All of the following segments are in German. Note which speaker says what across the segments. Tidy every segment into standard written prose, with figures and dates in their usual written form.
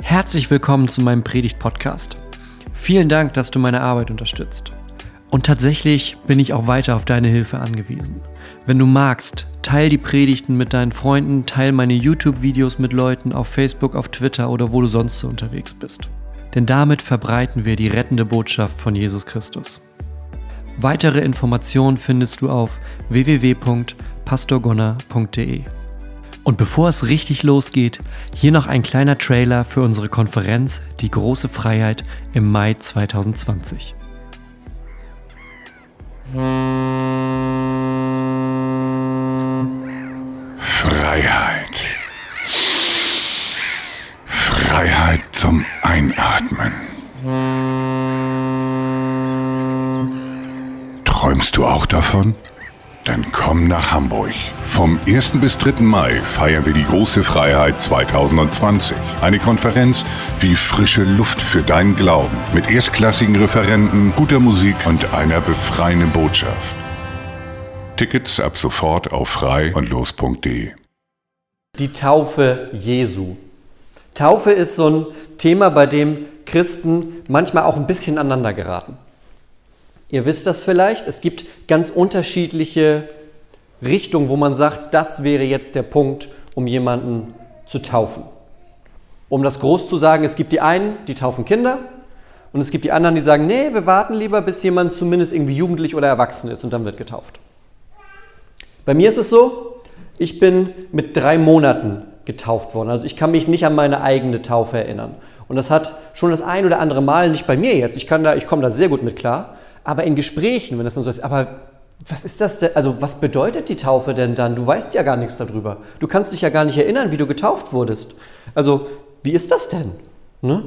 Speaker 1: Herzlich willkommen zu meinem Predigt-Podcast. Vielen Dank, dass du meine Arbeit unterstützt. Und tatsächlich bin ich auch weiter auf deine Hilfe angewiesen. Wenn du magst, teil die Predigten mit deinen Freunden, teil meine YouTube-Videos mit Leuten auf Facebook, auf Twitter oder wo du sonst so unterwegs bist. Denn damit verbreiten wir die rettende Botschaft von Jesus Christus. Weitere Informationen findest du auf www.pastorgonner.de. Und bevor es richtig losgeht, hier noch ein kleiner Trailer für unsere Konferenz Die große Freiheit im Mai 2020.
Speaker 2: Freiheit. Freiheit zum Einatmen. Träumst du auch davon? Dann komm nach Hamburg. Vom 1. bis 3. Mai feiern wir die große Freiheit 2020. Eine Konferenz wie frische Luft für deinen Glauben. Mit erstklassigen Referenten, guter Musik und einer befreienden Botschaft. Tickets ab sofort auf frei-und-los.de.
Speaker 1: Die Taufe Jesu. Taufe ist so ein Thema, bei dem Christen manchmal auch ein bisschen aneinander geraten. Ihr wisst das vielleicht, es gibt ganz unterschiedliche Richtungen, wo man sagt, das wäre jetzt der Punkt, um jemanden zu taufen. Um das groß zu sagen, es gibt die einen, die taufen Kinder, und es gibt die anderen, die sagen, nee, wir warten lieber, bis jemand zumindest irgendwie jugendlich oder erwachsen ist und dann wird getauft. Bei mir ist es so, ich bin mit 3 Monaten getauft worden, also ich kann mich nicht an meine eigene Taufe erinnern. Und das hat schon das ein oder andere Mal, nicht bei mir jetzt, ich komme da sehr gut mit klar, aber in Gesprächen, wenn das dann so ist, aber was ist das denn, also was bedeutet die Taufe denn dann? Du weißt ja gar nichts darüber. Du kannst dich ja gar nicht erinnern, wie du getauft wurdest. Also, wie ist das denn? Ne?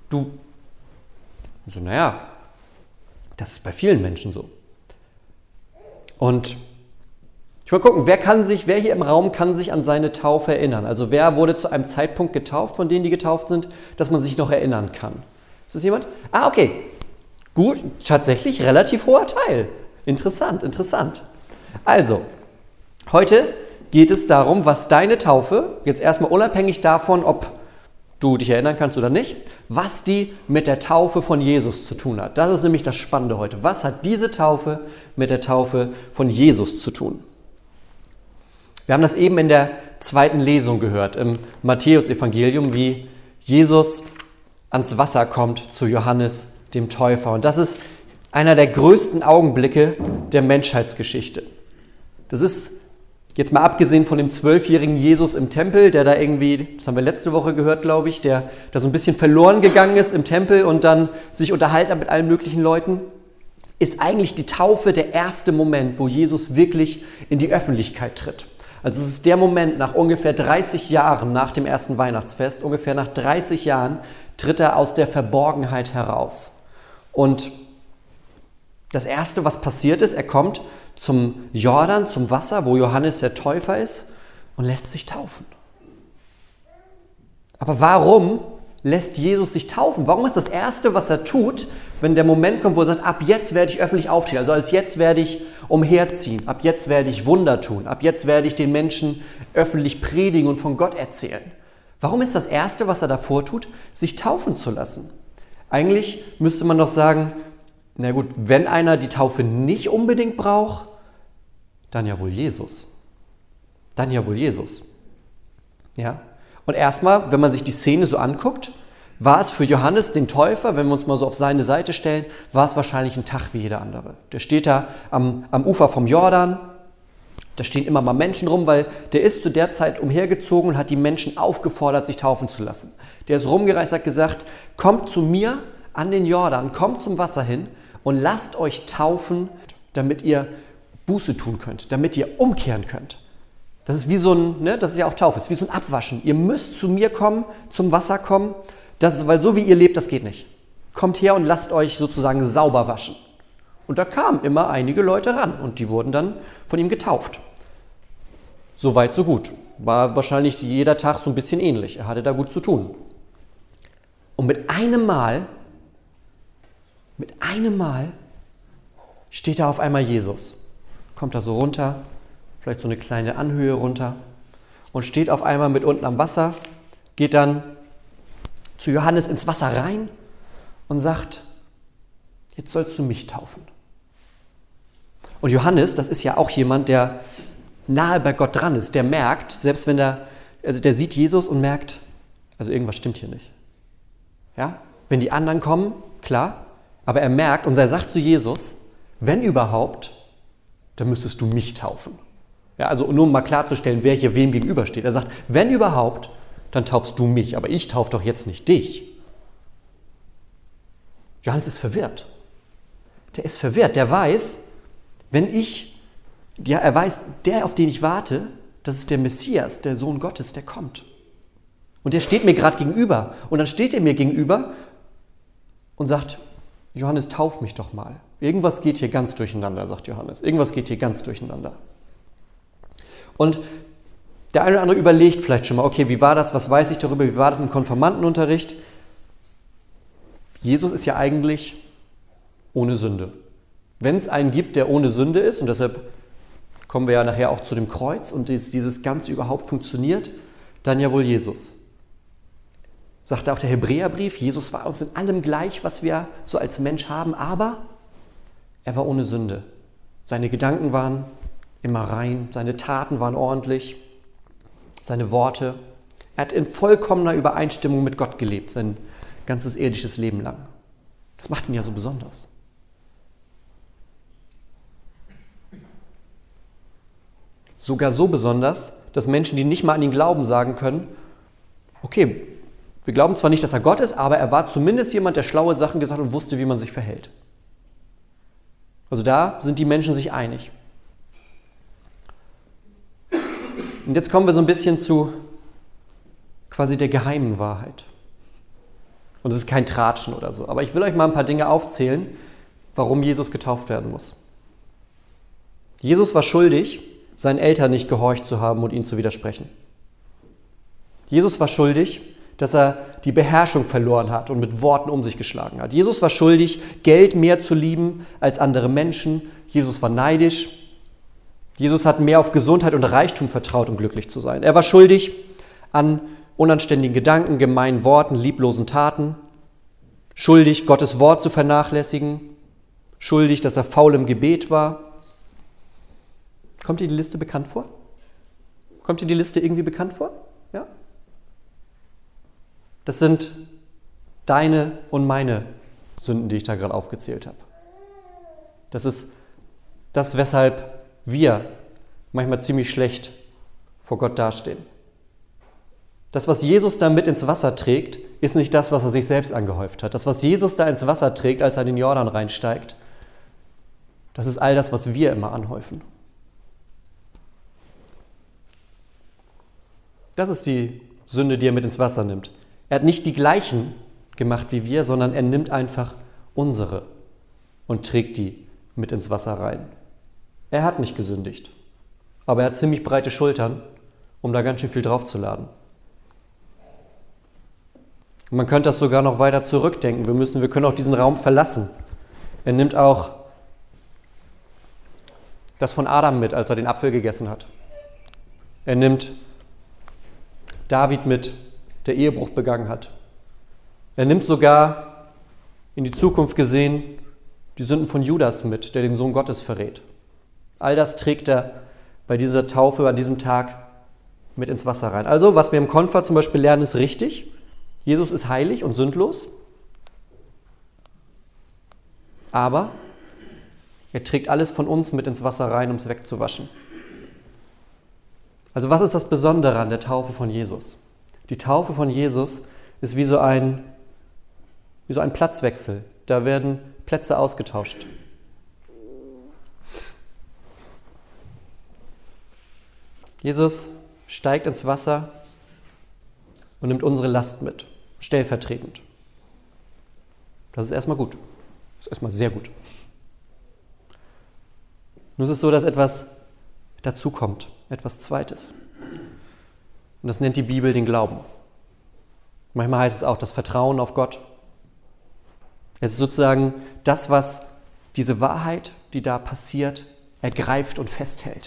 Speaker 1: Das ist bei vielen Menschen so. Und ich will gucken, wer hier im Raum kann sich an seine Taufe erinnern? Also wer wurde zu einem Zeitpunkt getauft, von denen die getauft sind, dass man sich noch erinnern kann? Ist das jemand? Ah, okay. Gut, tatsächlich relativ hoher Teil. Interessant. Also, heute geht es darum, was deine Taufe, jetzt erstmal unabhängig davon, ob du dich erinnern kannst oder nicht, was die mit der Taufe von Jesus zu tun hat. Das ist nämlich das Spannende heute. Was hat diese Taufe mit der Taufe von Jesus zu tun? Wir haben das eben in der 2. Lesung gehört, im Matthäus-Evangelium, wie Jesus ans Wasser kommt zu Johannes dem Täufer. Und das ist einer der größten Augenblicke der Menschheitsgeschichte. Das ist, jetzt mal abgesehen von dem 12-jährigen Jesus im Tempel, der da irgendwie, das haben wir letzte Woche gehört, glaube ich, der da so ein bisschen verloren gegangen ist im Tempel und dann sich unterhalten hat mit allen möglichen Leuten, ist eigentlich die Taufe der erste Moment, wo Jesus wirklich in die Öffentlichkeit tritt. Also es ist der Moment nach ungefähr 30 Jahren nach dem ersten Weihnachtsfest, ungefähr nach 30 Jahren tritt er aus der Verborgenheit heraus. Und das Erste, was passiert ist, er kommt zum Jordan, zum Wasser, wo Johannes der Täufer ist und lässt sich taufen. Aber warum lässt Jesus sich taufen? Warum ist das Erste, was er tut, wenn der Moment kommt, wo er sagt, ab jetzt werde ich öffentlich auftreten, also als jetzt werde ich umherziehen, ab jetzt werde ich Wunder tun, ab jetzt werde ich den Menschen öffentlich predigen und von Gott erzählen. Warum ist das Erste, was er davor tut, sich taufen zu lassen? Eigentlich müsste man doch sagen, na gut, wenn einer die Taufe nicht unbedingt braucht, dann ja wohl Jesus. Ja? Und erstmal, wenn man sich die Szene so anguckt, war es für Johannes den Täufer, wenn wir uns mal so auf seine Seite stellen, war es wahrscheinlich ein Tag wie jeder andere. Der steht da am Ufer vom Jordan, da stehen immer mal Menschen rum, weil der ist zu der Zeit umhergezogen und hat die Menschen aufgefordert, sich taufen zu lassen. Der ist rumgereist, hat gesagt, kommt zu mir an den Jordan, kommt zum Wasser hin und lasst euch taufen, damit ihr Buße tun könnt, damit ihr umkehren könnt. Das ist wie so ein, das ist ja auch Taufe, das ist wie so ein Abwaschen. Ihr müsst zu mir kommen, zum Wasser kommen, weil so wie ihr lebt, das geht nicht. Kommt her und lasst euch sozusagen sauber waschen. Und da kamen immer einige Leute ran und die wurden dann von ihm getauft. So weit, so gut. War wahrscheinlich jeder Tag so ein bisschen ähnlich. Er hatte da gut zu tun. Und mit einem Mal steht da auf einmal Jesus. Kommt da so runter, vielleicht so eine kleine Anhöhe runter und steht auf einmal mit unten am Wasser, geht dann zu Johannes ins Wasser rein und sagt, jetzt sollst du mich taufen. Und Johannes, das ist ja auch jemand, der nahe bei Gott dran ist, der merkt, selbst wenn der sieht Jesus und merkt, also irgendwas stimmt hier nicht. Ja? Wenn die anderen kommen, klar, aber er merkt und er sagt zu Jesus, wenn überhaupt, dann müsstest du mich taufen. Ja, also nur um mal klarzustellen, wer hier wem gegenübersteht. Er sagt, wenn überhaupt, dann taufst du mich, aber ich taufe doch jetzt nicht dich. Johannes ist verwirrt. Der ist verwirrt, der weiß, er weiß, der, auf den ich warte, das ist der Messias, der Sohn Gottes, der kommt. Und der steht mir gerade gegenüber. Und dann steht er mir gegenüber und sagt, Johannes, tauf mich doch mal. Irgendwas geht hier ganz durcheinander, sagt Johannes. Irgendwas geht hier ganz durcheinander. Und der eine oder andere überlegt vielleicht schon mal, okay, wie war das, was weiß ich darüber, wie war das im Konfirmandenunterricht? Jesus ist ja eigentlich ohne Sünde. Wenn es einen gibt, der ohne Sünde ist, und deshalb kommen wir ja nachher auch zu dem Kreuz und dieses Ganze überhaupt funktioniert, dann ja wohl Jesus. Sagt auch der Hebräerbrief, Jesus war uns in allem gleich, was wir so als Mensch haben, aber er war ohne Sünde. Seine Gedanken waren immer rein, seine Taten waren ordentlich, seine Worte. Er hat in vollkommener Übereinstimmung mit Gott gelebt, sein ganzes irdisches Leben lang. Das macht ihn ja so besonders. Sogar so besonders, dass Menschen, die nicht mal an ihn glauben, sagen können, okay, wir glauben zwar nicht, dass er Gott ist, aber er war zumindest jemand, der schlaue Sachen gesagt hat und wusste, wie man sich verhält. Also da sind die Menschen sich einig. Und jetzt kommen wir so ein bisschen zu quasi der geheimen Wahrheit. Und es ist kein Tratschen oder so, aber ich will euch mal ein paar Dinge aufzählen, warum Jesus getauft werden muss. Jesus war schuldig, seinen Eltern nicht gehorcht zu haben und ihnen zu widersprechen. Jesus war schuldig, dass er die Beherrschung verloren hat und mit Worten um sich geschlagen hat. Jesus war schuldig, Geld mehr zu lieben als andere Menschen. Jesus war neidisch. Jesus hat mehr auf Gesundheit und Reichtum vertraut, um glücklich zu sein. Er war schuldig an unanständigen Gedanken, gemeinen Worten, lieblosen Taten. Schuldig, Gottes Wort zu vernachlässigen. Schuldig, dass er faul im Gebet war. Kommt dir die Liste bekannt vor? Kommt dir die Liste irgendwie bekannt vor? Ja? Das sind deine und meine Sünden, die ich da gerade aufgezählt habe. Das ist das, weshalb wir manchmal ziemlich schlecht vor Gott dastehen. Das, was Jesus da mit ins Wasser trägt, ist nicht das, was er sich selbst angehäuft hat. Das, was Jesus da ins Wasser trägt, als er in den Jordan reinsteigt, das ist all das, was wir immer anhäufen. Das ist die Sünde, die er mit ins Wasser nimmt. Er hat nicht die gleichen gemacht wie wir, sondern er nimmt einfach unsere und trägt die mit ins Wasser rein. Er hat nicht gesündigt, aber er hat ziemlich breite Schultern, um da ganz schön viel draufzuladen. Und man könnte das sogar noch weiter zurückdenken. Wir können auch diesen Raum verlassen. Er nimmt auch das von Adam mit, als er den Apfel gegessen hat. Er nimmt David mit, der Ehebruch begangen hat. Er nimmt sogar in die Zukunft gesehen die Sünden von Judas mit, der den Sohn Gottes verrät. All das trägt er bei dieser Taufe an diesem Tag mit ins Wasser rein. Also, was wir im Konfer zum Beispiel lernen, ist richtig. Jesus ist heilig und sündlos, aber er trägt alles von uns mit ins Wasser rein, um es wegzuwaschen. Also was ist das Besondere an der Taufe von Jesus? Die Taufe von Jesus ist wie so ein Platzwechsel. Da werden Plätze ausgetauscht. Jesus steigt ins Wasser und nimmt unsere Last mit, stellvertretend. Das ist erstmal gut. Das ist erstmal sehr gut. Nun ist es so, dass etwas dazukommt, etwas Zweites. Und das nennt die Bibel den Glauben. Manchmal heißt es auch das Vertrauen auf Gott. Es ist sozusagen das, was diese Wahrheit, die da passiert, ergreift und festhält.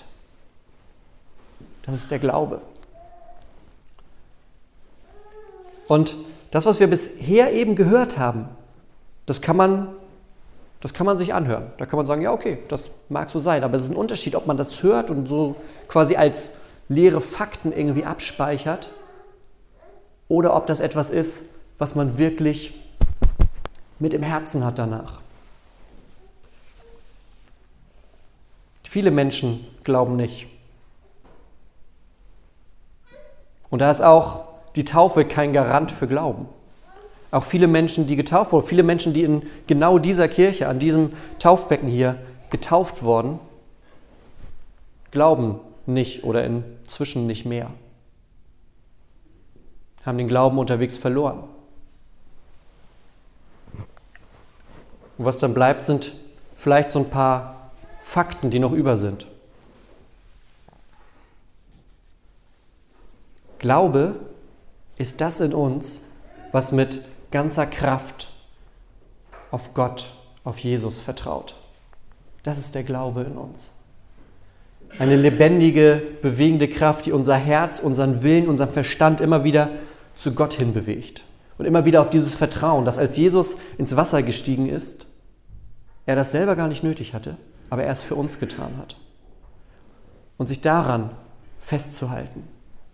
Speaker 1: Das ist der Glaube. Und das, was wir bisher eben gehört haben, das kann man sich anhören. Da kann man sagen, ja okay, das mag so sein, aber es ist ein Unterschied, ob man das hört und so quasi als leere Fakten irgendwie abspeichert oder ob das etwas ist, was man wirklich mit im Herzen hat danach. Viele Menschen glauben nicht. Und da ist auch die Taufe kein Garant für Glauben. Auch viele Menschen, die getauft wurden, viele Menschen, die in genau dieser Kirche, an diesem Taufbecken hier getauft wurden, glauben nicht oder inzwischen nicht mehr. Haben den Glauben unterwegs verloren. Und was dann bleibt, sind vielleicht so ein paar Fakten, die noch über sind. Glaube ist das in uns, was mit ganzer Kraft auf Gott, auf Jesus vertraut. Das ist der Glaube in uns. Eine lebendige, bewegende Kraft, die unser Herz, unseren Willen, unseren Verstand immer wieder zu Gott hin bewegt. Und immer wieder auf dieses Vertrauen, dass als Jesus ins Wasser gestiegen ist, er das selber gar nicht nötig hatte, aber er es für uns getan hat. Und sich daran festzuhalten.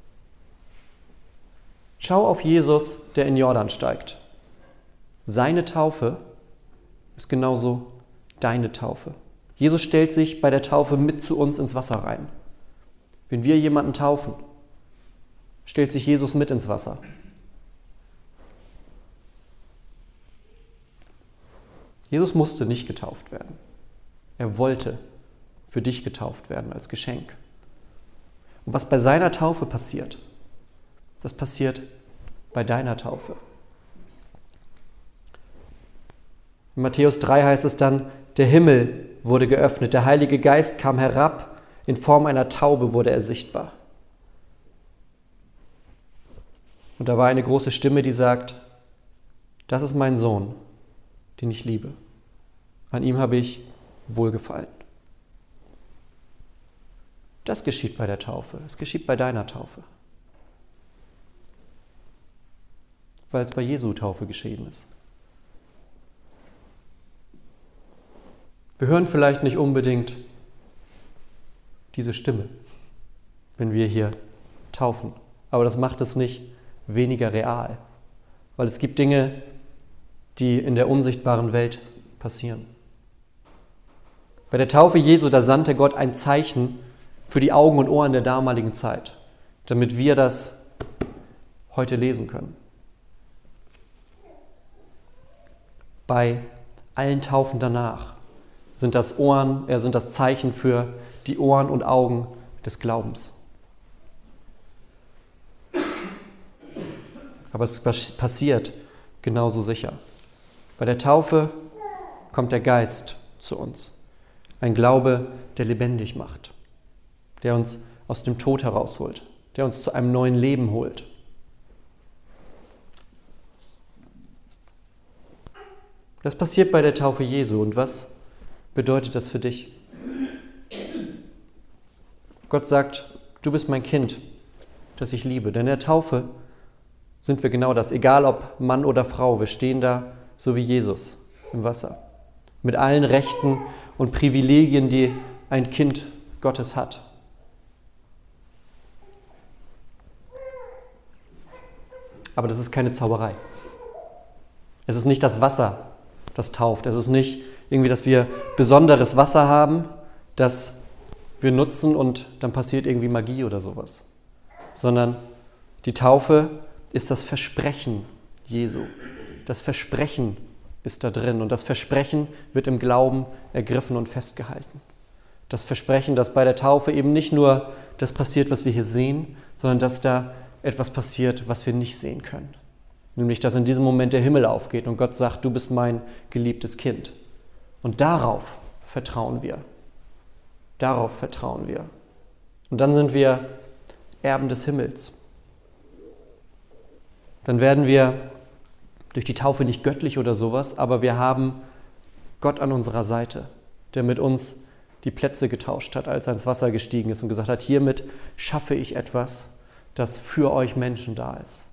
Speaker 1: Schau auf Jesus, der in Jordan steigt. Seine Taufe ist genauso deine Taufe. Jesus stellt sich bei der Taufe mit zu uns ins Wasser rein. Wenn wir jemanden taufen, stellt sich Jesus mit ins Wasser. Jesus musste nicht getauft werden. Er wollte für dich getauft werden als Geschenk. Und was bei seiner Taufe passiert, das passiert bei deiner Taufe. In Matthäus 3 heißt es dann, der Himmel wurde geöffnet, der Heilige Geist kam herab, in Form einer Taube wurde er sichtbar. Und da war eine große Stimme, die sagt, das ist mein Sohn, den ich liebe. An ihm habe ich Wohlgefallen. Das geschieht bei der Taufe, es geschieht bei deiner Taufe. Weil es bei Jesu Taufe geschehen ist. Wir hören vielleicht nicht unbedingt diese Stimme, wenn wir hier taufen. Aber das macht es nicht weniger real. Weil es gibt Dinge, die in der unsichtbaren Welt passieren. Bei der Taufe Jesu, da sandte Gott ein Zeichen für die Augen und Ohren der damaligen Zeit, damit wir das heute lesen können. Bei allen Taufen danach sind das Zeichen für die Ohren und Augen des Glaubens. Aber es passiert genauso sicher. Bei der Taufe kommt der Geist zu uns. Ein Glaube, der lebendig macht, der uns aus dem Tod herausholt, der uns zu einem neuen Leben holt. Das passiert bei der Taufe Jesu. Und was bedeutet das für dich? Gott sagt, du bist mein Kind, das ich liebe. Denn in der Taufe sind wir genau das. Egal ob Mann oder Frau, wir stehen da so wie Jesus im Wasser. Mit allen Rechten und Privilegien, die ein Kind Gottes hat. Aber das ist keine Zauberei. Es ist nicht das Wasser, das tauft. Es ist nicht irgendwie, dass wir besonderes Wasser haben, das wir nutzen und dann passiert irgendwie Magie oder sowas. Sondern die Taufe ist das Versprechen Jesu. Das Versprechen ist da drin und das Versprechen wird im Glauben ergriffen und festgehalten. Das Versprechen, dass bei der Taufe eben nicht nur das passiert, was wir hier sehen, sondern dass da etwas passiert, was wir nicht sehen können. Nämlich, dass in diesem Moment der Himmel aufgeht und Gott sagt, du bist mein geliebtes Kind. Und darauf vertrauen wir. Darauf vertrauen wir. Und dann sind wir Erben des Himmels. Dann werden wir durch die Taufe nicht göttlich oder sowas, aber wir haben Gott an unserer Seite, der mit uns die Plätze getauscht hat, als er ins Wasser gestiegen ist und gesagt hat, hiermit schaffe ich etwas, das für euch Menschen da ist.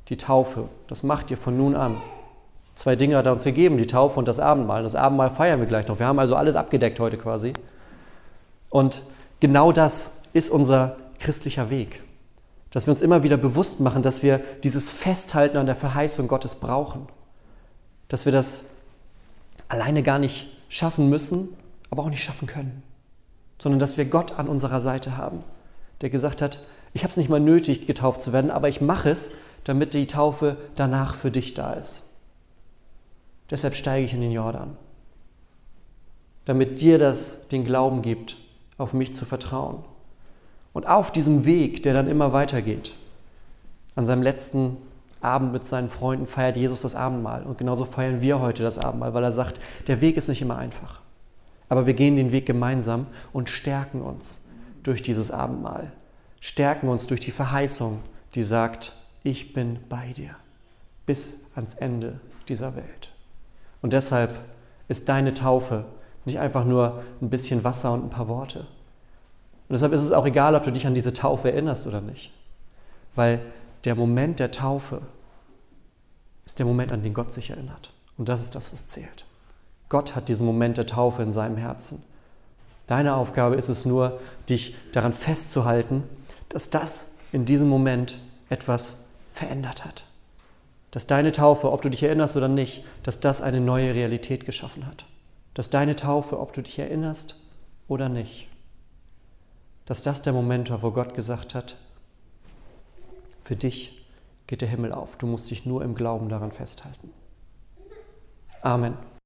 Speaker 1: die Taufe, das macht ihr von nun an. 2 Dinge hat er uns gegeben, die Taufe und das Abendmahl. Das Abendmahl feiern wir gleich noch. Wir haben also alles abgedeckt heute quasi. Und genau das ist unser christlicher Weg. Dass wir uns immer wieder bewusst machen, dass wir dieses Festhalten an der Verheißung Gottes brauchen. Dass wir das alleine gar nicht schaffen müssen, aber auch nicht schaffen können. Sondern dass wir Gott an unserer Seite haben, der gesagt hat, ich habe es nicht mal nötig, getauft zu werden, aber ich mache es, damit die Taufe danach für dich da ist. Deshalb steige ich in den Jordan, damit dir das den Glauben gibt, auf mich zu vertrauen. Und auf diesem Weg, der dann immer weitergeht, an seinem letzten Abend mit seinen Freunden feiert Jesus das Abendmahl. Und genauso feiern wir heute das Abendmahl, weil er sagt, der Weg ist nicht immer einfach. Aber wir gehen den Weg gemeinsam und stärken uns durch dieses Abendmahl. Stärken uns durch die Verheißung, die sagt, ich bin bei dir bis ans Ende dieser Welt. Und deshalb ist deine Taufe nicht einfach nur ein bisschen Wasser und ein paar Worte. Und deshalb ist es auch egal, ob du dich an diese Taufe erinnerst oder nicht. Weil der Moment der Taufe ist der Moment, an den Gott sich erinnert. Und das ist das, was zählt. Gott hat diesen Moment der Taufe in seinem Herzen. Deine Aufgabe ist es nur, dich daran festzuhalten, dass das in diesem Moment etwas verändert hat. Dass deine Taufe, ob du dich erinnerst oder nicht, dass das eine neue Realität geschaffen hat. Dass deine Taufe, ob du dich erinnerst oder nicht, dass das der Moment war, wo Gott gesagt hat, für dich geht der Himmel auf. Du musst dich nur im Glauben daran festhalten. Amen.